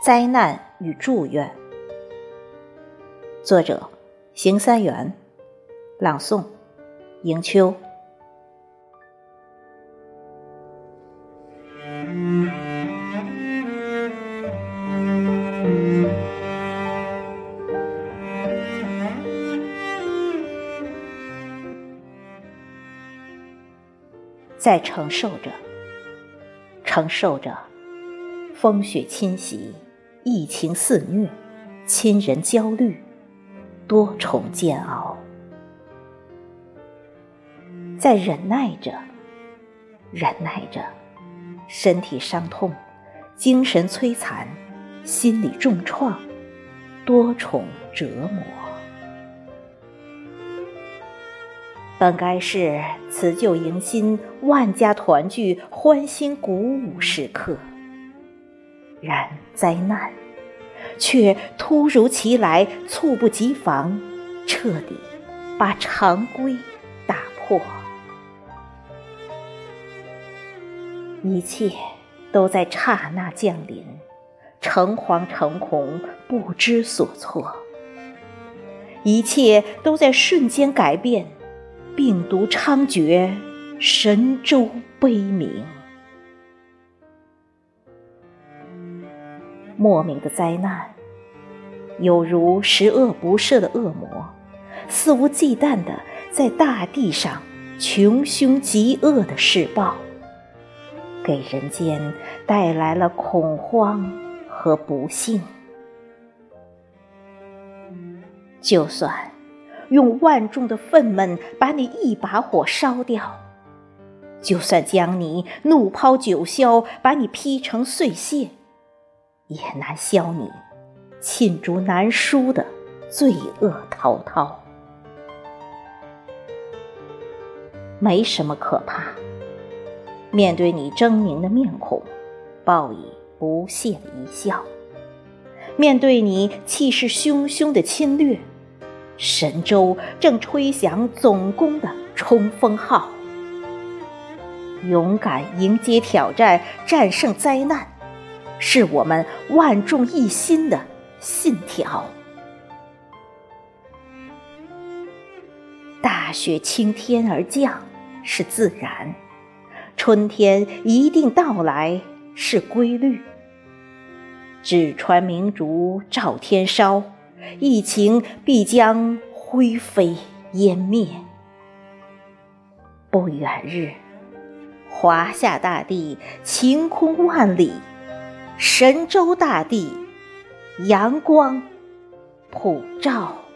灾难与祝愿。作者：邢三元，朗诵：迎秋。在承受着风雪侵袭，疫情肆虐，亲人焦虑，多重煎熬。在忍耐着，身体伤痛，精神摧残，心理重创，多重折磨。本该是辞旧迎新，万家团聚，欢欣鼓舞时刻，然灾难却突如其来，猝不及防，彻底把常规打破。一切都在刹那降临，诚惶诚恐，不知所措。一切都在瞬间改变，病毒猖獗，神州悲鸣。莫名的灾难，有如十恶不赦的恶魔，肆无忌惮地在大地上穷凶极恶地施暴，给人间带来了恐慌和不幸。就算用万众的愤懑把你一把火烧掉，就算将你怒抛九霄，把你劈成碎屑，也难消你罄竹难书的罪恶滔滔。没什么可怕，面对你狰狞的面孔，报以不屑的一笑；面对你气势汹汹的侵略，神州正吹响总攻的冲锋号。勇敢迎接挑战，战胜灾难，是我们万众一心的信条。大雪倾天而降是自然，春天一定到来是规律。纸船明烛照天烧，疫情必将灰飞烟灭。不远日，华夏大地晴空万里，神州大地阳光普照。